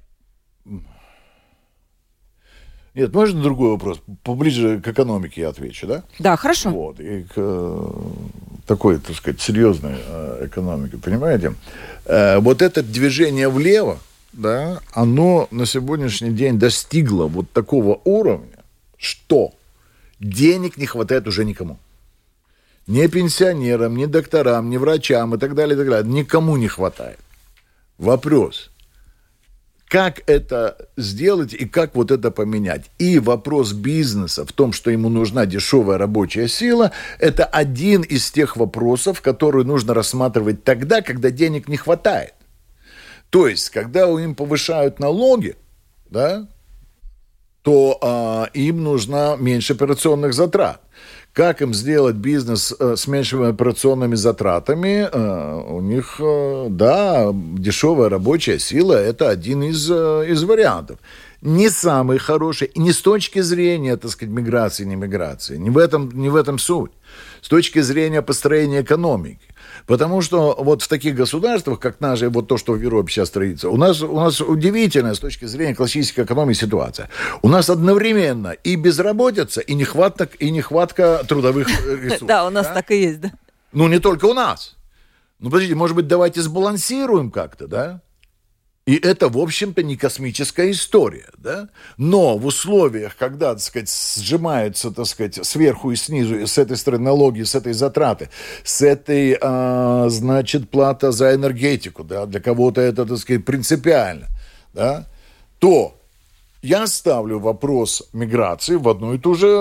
Нет, можно другой вопрос? Поближе к экономике я отвечу, да? Да, хорошо. Вот, и к э, такой, так сказать, серьезной э, экономике, понимаете? Э, вот это движение влево, да, оно на сегодняшний день достигло вот такого уровня, что денег не хватает уже никому. Ни пенсионерам, ни докторам, ни врачам и так далее, и так далее. Никому не хватает. Вопрос. как это сделать и как вот это поменять. И вопрос бизнеса в том, что ему нужна дешевая рабочая сила, это один из тех вопросов, которые нужно рассматривать тогда, когда денег не хватает. То есть, когда им повышают налоги, да, то а, им нужно меньше операционных затрат. Как им сделать бизнес э, с меньшими операционными затратами? Э, у них, э, да, дешевая рабочая сила – это один из, э, из вариантов. Не самый хороший, и не с точки зрения, так сказать, миграции, не миграции. Не в этом, не в этом суть. С точки зрения построения экономики. Потому что вот в таких государствах, как наше, вот то, что в Европе сейчас строится, у нас, у нас удивительная с точки зрения классической экономики ситуация. У нас одновременно и безработица, и нехватка, и нехватка трудовых ресурсов. Да, у нас так и есть, да. Ну, не только у нас. Ну, подождите, может быть, давайте сбалансируем как-то, да? И это, в общем-то, не космическая история, да? Но в условиях, когда, так сказать, сжимаются, так сказать, сверху и снизу, и с этой стороны налоги, с этой затраты, с этой, а, значит, плата за энергетику, да, для кого-то это, так сказать, принципиально, да, то я ставлю вопрос миграции в одну и ту же,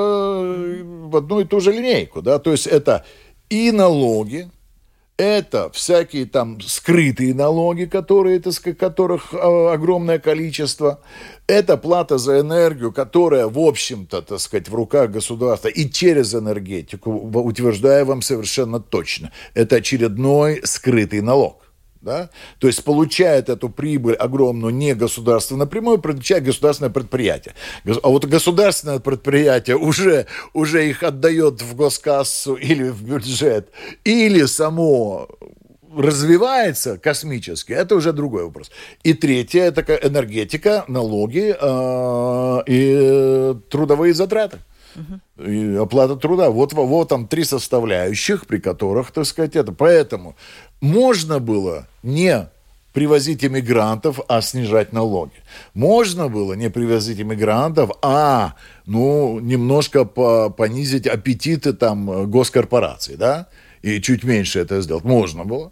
в одну и ту же линейку, да, то есть это и налоги, это всякие там скрытые налоги, которые, так сказать, которых э, огромное количество. Это плата за энергию, которая, в общем-то, так сказать, в руках государства и через энергетику, утверждаю вам совершенно точно, это очередной скрытый налог. Да? То есть получает эту прибыль огромную не государство напрямую, получает государственное предприятие. А вот государственное предприятие уже, уже их отдает в госкассу или в бюджет, или само развивается космически, это уже другой вопрос. И третье, это энергетика, налоги э, и трудовые затраты. Uh-huh. И оплата труда. Вот, вот там три составляющих, при которых, так сказать, это. Поэтому можно было не привозить иммигрантов, а снижать налоги. Можно было не привозить иммигрантов, а ну, немножко по- понизить аппетиты там госкорпораций, да, и чуть меньше это сделать. Можно было.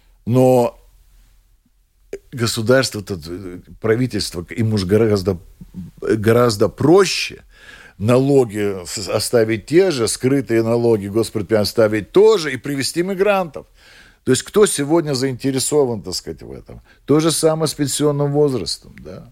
Но государство, правительство, им уж гораздо, гораздо проще налоги оставить те же, скрытые налоги госпредприятия оставить тоже и привести мигрантов. То есть кто сегодня заинтересован, так сказать, в этом? То же самое с пенсионным возрастом, да.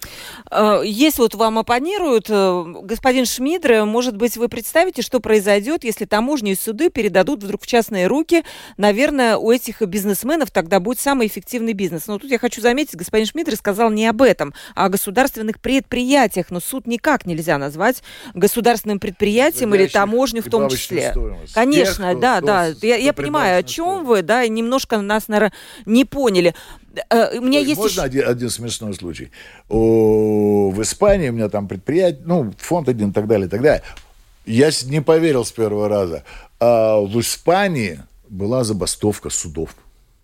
Если вот вам оппонируют, господин Шмидре, может быть, вы представите, что произойдет, если таможни и суды передадут вдруг в частные руки? Наверное, у этих бизнесменов тогда будет самый эффективный бизнес. Но тут я хочу заметить, господин Шмидре сказал не об этом, а о государственных предприятиях. Но суд никак нельзя назвать государственным предприятием или таможню в том числе. Стоимость. Конечно, тех, да, кто, да. Кто, я, кто я понимаю, о чем стоимость. Вы, да, и немножко нас, наверное, не поняли. У меня есть Можно еще... один, один смешной случай? О, в Испании у меня там предприятие, ну, фонд один и так далее, и так далее. Я не поверил с первого раза. А в Испании была забастовка судов.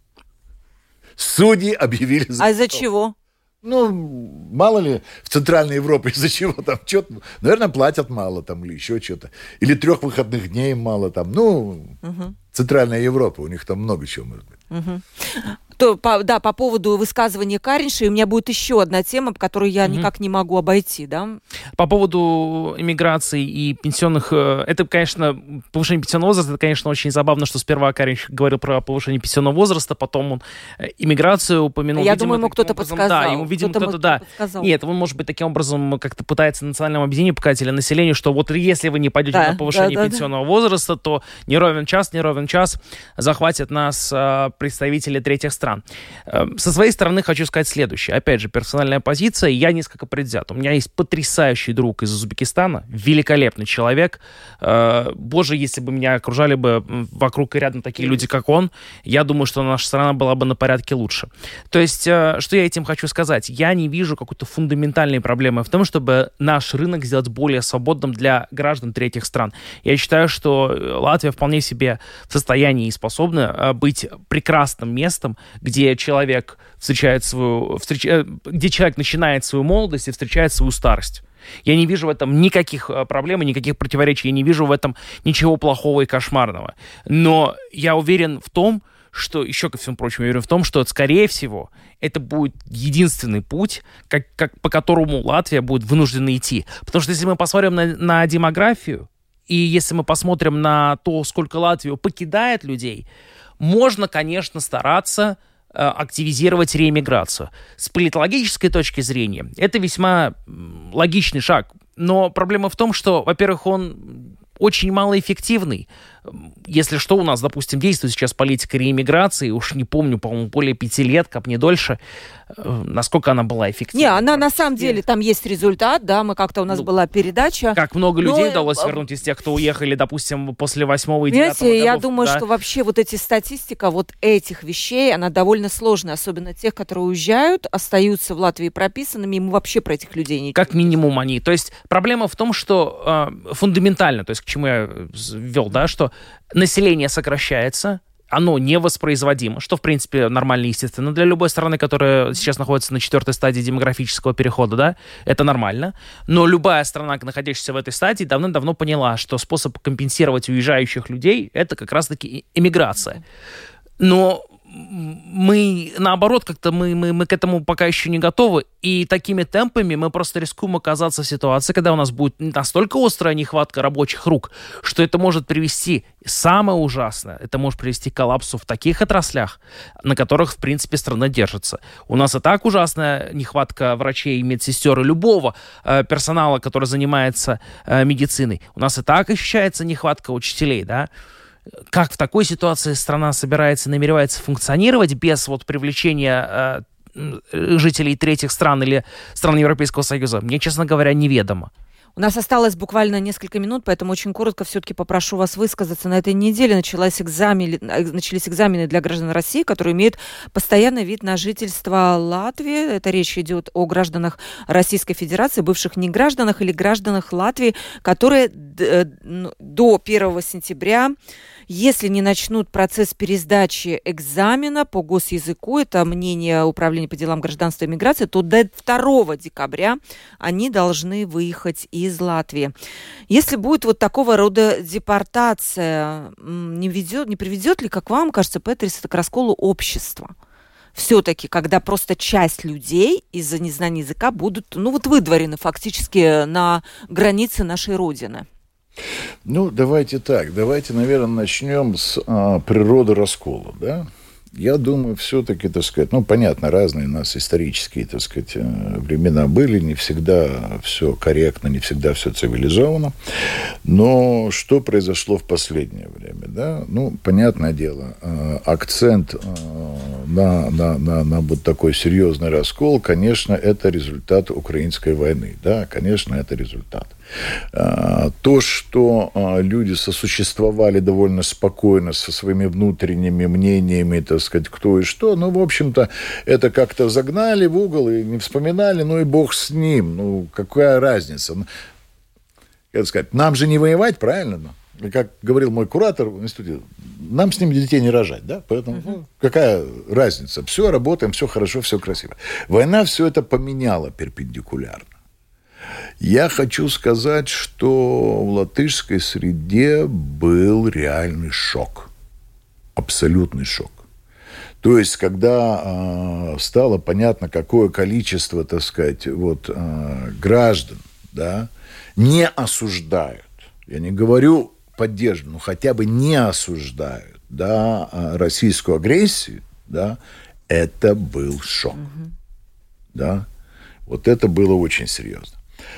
Судьи объявили забастовку. А из-за чего? Ну, мало ли, в Центральной Европе из-за чего там, что-то, наверное, платят мало там или еще что-то. Или трех выходных дней мало там. Ну, угу. Центральная Европа, у них там много чего может быть. Угу. То, по, да, по поводу высказывания Кариньши, у меня будет еще одна тема, которую я mm-hmm. никак не могу обойти, да? По поводу иммиграции и пенсионных... Это, конечно, повышение пенсионного возраста, это, конечно, очень забавно, что сперва Кариньш говорил про повышение пенсионного возраста, потом он иммиграцию упомянул. Я видимо, думаю, ему кто-то образом, подсказал. Да, ему, видимо, кто-то, кто-то, да. Подсказал. Нет, он, может быть, таким образом как-то пытается национальному объединению показать или населению, что вот если вы не пойдете да, на повышение да, да, пенсионного да. возраста, то не ровен час, не ровен час захватят нас э, представители третьих стран. Э, со своей стороны хочу сказать следующее. Опять же, персональная позиция. Я несколько предвзят. У меня есть потрясающий друг из Узбекистана, великолепный человек. Э, боже, если бы меня окружали бы вокруг и рядом такие люди, как он, я думаю, что наша страна была бы на порядке лучше. То есть, э, что я этим хочу сказать? Я не вижу какой-то фундаментальной проблемы в том, чтобы наш рынок сделать более свободным для граждан третьих стран. Я считаю, что Латвия вполне себе в состоянии и способна быть прекрасным местом, где человек встречает свою, встреч... где человек начинает свою молодость и встречает свою старость. Я не вижу в этом никаких проблем и никаких противоречий. Я не вижу в этом ничего плохого и кошмарного. Но я уверен в том, что, еще ко всему прочему, я уверен в том, что, скорее всего, это будет единственный путь, как, как, по которому Латвия будет вынуждена идти. Потому что если мы посмотрим на, на демографию, и если мы посмотрим на то, сколько Латвию покидает людей, можно, конечно, стараться э, активизировать реэмиграцию. С политологической точки зрения это весьма логичный шаг. Но проблема в том, что, во-первых, он очень малоэффективный. Если что, у нас, допустим, действует сейчас политика реэмиграции, уж не помню, по-моему, более пяти лет, как не дольше, насколько она была эффективна. Не, она на самом деле, там есть результат, да, мы как-то, у нас ну, была передача. Как много людей но, удалось вернуть из тех, кто уехали, допустим, после восьмого и девятого годов. Я годов, думаю, да? что вообще вот эти статистика вот этих вещей, она довольно сложная, особенно тех, которые уезжают, остаются в Латвии прописанными, и мы вообще про этих людей не Как минимум они. То есть проблема в том, что э, фундаментально, то есть к чему я ввел, да, что население сокращается, оно невоспроизводимо, что, в принципе, нормально и естественно для любой страны, которая сейчас находится на четвертой стадии демографического перехода, да, это нормально. Но любая страна, находящаяся в этой стадии, давно-давно поняла, что способ компенсировать уезжающих людей — это как раз-таки эмиграция. Но мы, наоборот, как-то мы, мы, мы к этому пока еще не готовы, и такими темпами мы просто рискуем оказаться в ситуации, когда у нас будет настолько острая нехватка рабочих рук, что это может привести, самое ужасное, это может привести к коллапсу в таких отраслях, на которых, в принципе, страна держится. У нас и так ужасная нехватка врачей, медсестер и любого э, персонала, который занимается э, медициной. У нас и так ощущается нехватка учителей, да. Как в такой ситуации страна собирается, намеревается функционировать без вот привлечения э, жителей третьих стран или стран Европейского Союза, мне, честно говоря, неведомо. У нас осталось буквально несколько минут, поэтому очень коротко все-таки попрошу вас высказаться. На этой неделе началась экзамен, начались экзамены для граждан России, которые имеют постоянный вид на жительство Латвии. Это речь идет о гражданах Российской Федерации, бывших негражданах или гражданах Латвии, которые до первого сентября, если не начнут процесс пересдачи экзамена по госязыку, это мнение Управления по делам гражданства и миграции, то до второго декабря они должны выехать из Латвии. Если будет вот такого рода депортация, не, ведет, не приведет ли, как вам кажется, Петрис, это к расколу общества? Все-таки, когда просто часть людей из-за незнания языка будут, ну вот, выдворены фактически на границе нашей Родины. Ну, давайте так. Давайте, наверное, начнем с а, природы раскола, да? Я думаю, все-таки, так сказать, ну, понятно, разные у нас исторические, так сказать, времена были, не всегда все корректно, не всегда все цивилизованно. Но что произошло в последнее время, да? Ну, понятное дело, акцент на, на, на, на вот такой серьезный раскол, конечно, это результат украинской войны, да, конечно, это результат. То, что люди сосуществовали довольно спокойно со своими внутренними мнениями, так сказать, кто и что, ну, в общем-то, это как-то загнали в угол и не вспоминали, ну и бог с ним, ну, какая разница? Как сказать, нам же не воевать, правильно? Как говорил мой куратор в институте, нам с ними детей не рожать, да? Поэтому uh-huh. ну, какая разница? Все, работаем, все хорошо, все красиво. Война все это поменяла перпендикулярно. Я хочу сказать, что в латышской среде был реальный шок. Абсолютный шок. То есть, когда э, стало понятно, какое количество, так сказать, вот, э, граждан, да, не осуждают, я не говорю поддерживают, но хотя бы не осуждают, да, российскую агрессию, да, это был шок. Mm-hmm. Да? Вот это было очень серьезно.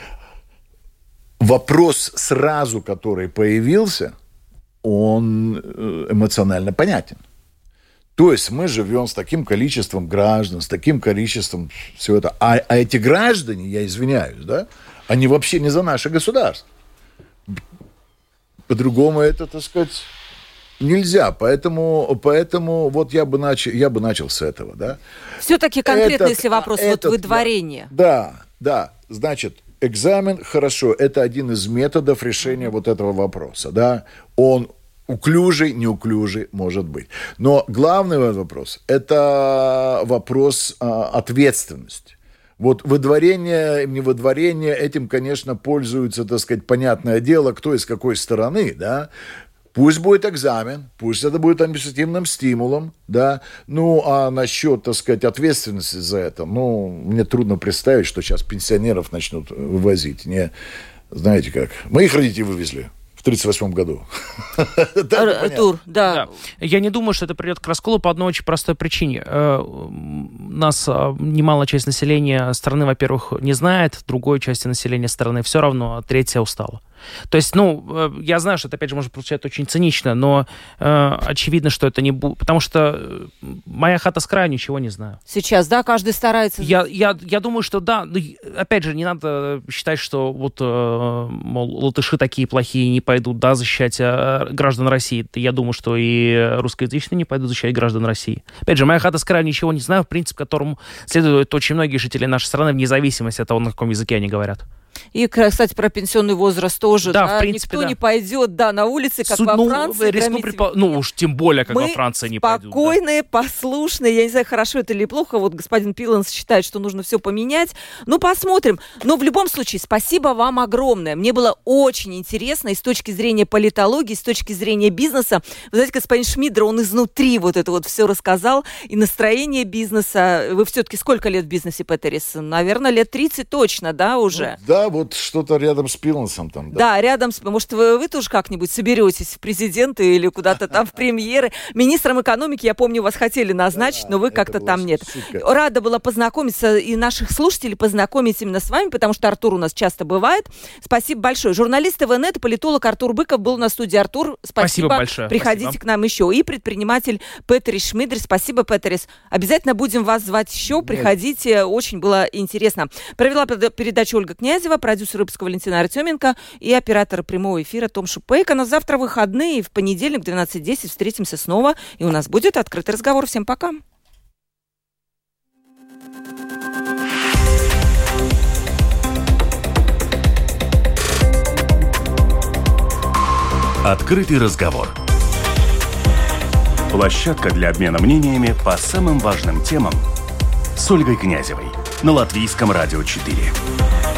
Вопрос сразу, который появился, он эмоционально понятен. То есть мы живем с таким количеством граждан, с таким количеством всего этого. А, а эти граждане, я извиняюсь, да, они вообще не за наше государство. По-другому это, так сказать, нельзя. Поэтому, поэтому вот я бы, начал, я бы начал с этого. Да. Все-таки конкретно, этот, если вопрос, этот, вот выдворение. Да, да, значит, экзамен, хорошо, это один из методов решения вот этого вопроса. Да. Он уклюжий, неуклюжий, может быть. Но главный вопрос – это вопрос а, ответственности. Вот выдворение, не выдворение, этим, конечно, пользуются, так сказать, понятное дело, кто из какой стороны, да. Пусть будет экзамен, пусть это будет административным стимулом, да. Ну, а насчет, так сказать, ответственности за это, ну, мне трудно представить, что сейчас пенсионеров начнут вывозить. Не, знаете как, моих родителей вывезли в тридцать восьмом году. Артур, да. Я не думаю, что это придет к расколу по одной очень простой причине. У нас немалая часть населения страны, во-первых, не знает, другой части населения страны все равно, а третья устала. То есть, ну, я знаю, что это, опять же, может прозвучать очень цинично, но э, очевидно, что это не будет, потому что моя хата с краю, ничего не знаю. Сейчас, да, каждый старается. Я, я, я думаю, что да, опять же, не надо считать, что вот, э, мол, латыши такие плохие, не пойдут, да, защищать э, граждан России. Я думаю, что и русскоязычные не пойдут защищать граждан России. Опять же, моя хата с краю, ничего не знаю, в принципе, которому следуют очень многие жители нашей страны, вне зависимости от того, на каком языке они говорят. И, кстати, про пенсионный возраст тоже, да, да, в принципе, никто да. не пойдет, да, на улице, как Суд, во ну, Франции. Рискну припо... Ну, уж тем более, как Мы во Франции не пойдут. спокойные, да. послушные, я не знаю, хорошо это или плохо, вот господин Пиланс считает, что нужно все поменять, ну, посмотрим. Но в любом случае, спасибо вам огромное. Мне было очень интересно и с точки зрения политологии, и с точки зрения бизнеса. Вы знаете, господин Шмидер, он изнутри вот это вот все рассказал, и настроение бизнеса. Вы все-таки сколько лет в бизнесе, Петерис? Наверное, лет тридцать точно, да, уже? Ну, да, вот что-то рядом с Пилансом там. Да, да рядом с... Может, вы, вы тоже как-нибудь соберетесь в президенты или куда-то там в премьеры. Министром экономики, я помню, вас хотели назначить, но вы как-то там нет. Рада была познакомиться и наших слушателей познакомить именно с вами, потому что Артур у нас часто бывает. Спасибо большое. Журналист ТВНет, политолог Артур Быков был на студии. Артур, спасибо. Спасибо большое. Приходите спасибо. К нам еще. И предприниматель Петерис Шмидер. Спасибо, Петерис. Обязательно будем вас звать еще. Приходите. Нет. Очень было интересно. Провела передачу Ольга Князева, продюсер выпуска Валентина Артеменко и оператор прямого эфира Том Шупейко. На завтра выходные. В понедельник в двенадцать десять встретимся снова. И у нас будет открытый разговор. Всем пока. Открытый разговор. Площадка для обмена мнениями по самым важным темам с Ольгой Князевой на Латвийском радио четыре.